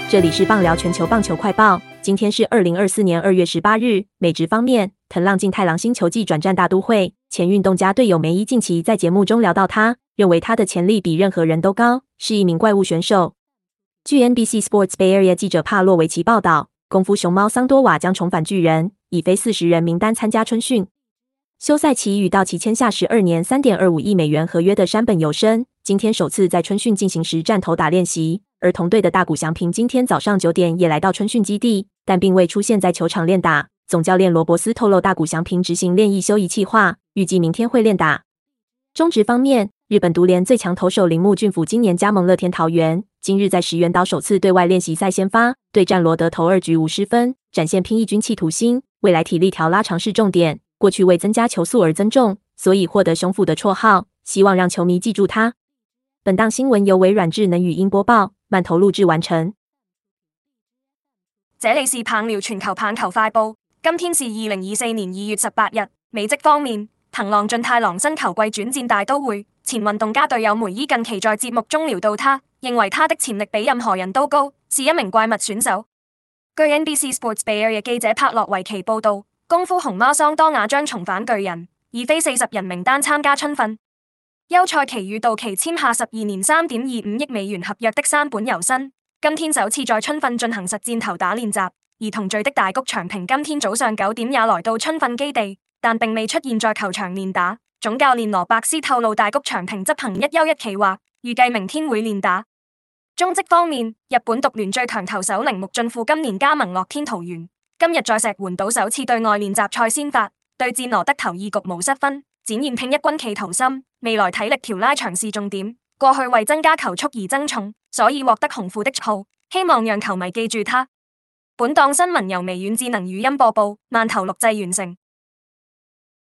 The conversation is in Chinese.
这里是棒聊全球棒球快报，今天是2024年2月18日。美职方面，藤浪晋太郎新球季转战大都会，前运动家队友梅伊近期在节目中聊到他，认为他的潜力比任何人都高，是一名怪物选手。据 NBC Sports Bay Area 记者帕洛维奇报道，功夫熊猫桑多瓦将重返巨人，以非40人名单参加春训。休赛期与道奇签下12年3.25亿美元合约的山本由伸，今天首次在春训进行实战投打练习。而同队的大谷翔平今天早上9点也来到春训基地，但并未出现在球场练打。总教练罗伯斯透露，大谷翔平执行练艺休一计划，预计明天会练打。中职方面，日本独联最强投手铃木俊辅今年加盟乐天桃园，今日在石原岛首次对外练习赛先发，对战罗德投2局无失分，展现拼一军企图心。未来体力条拉长是重点，过去为增加球速而增重，所以获得熊辅的绰号，希望让球迷记住他。本档新闻由微软智能语音播报，慢投录制完成。 這裡是棒聊全球棒球快報，今天是2024年2月18日。美職方面，藤浪晉太郎新球季轉戰大都會，前運動家隊友梅伊近期在節目中聊到他，認為他的潛力比任何人都高，是一名怪物選手。據 NBC Sports Bay Area 記者帕洛維奇報道，功夫熊貓桑多瓦將重返巨人，以非40人名單參加春訓。休賽期與道奇簽下12年3.25億美元合約的山本由伸，今天首次在春訓進行實戰投打練習，而同隊的大谷翔平今天早上9點也來到春訓基地，但並未出現在球場練打。總教練羅伯斯透露，大谷翔平執行一休一企劃，預計明天會練打。中職方面，日本獨聯最強投手鈴木俊輔今年加盟樂天桃猿，今日在石垣島首次對外練習賽先發，對戰羅德投2局無失分，展現拼一軍企圖心。未來體力調拉長是重點，過去為增加球速而增重，所以獲得紅褲的綽號，希望讓球迷記住他。本檔新聞由微軟智能語音播報，慢投錄製完成。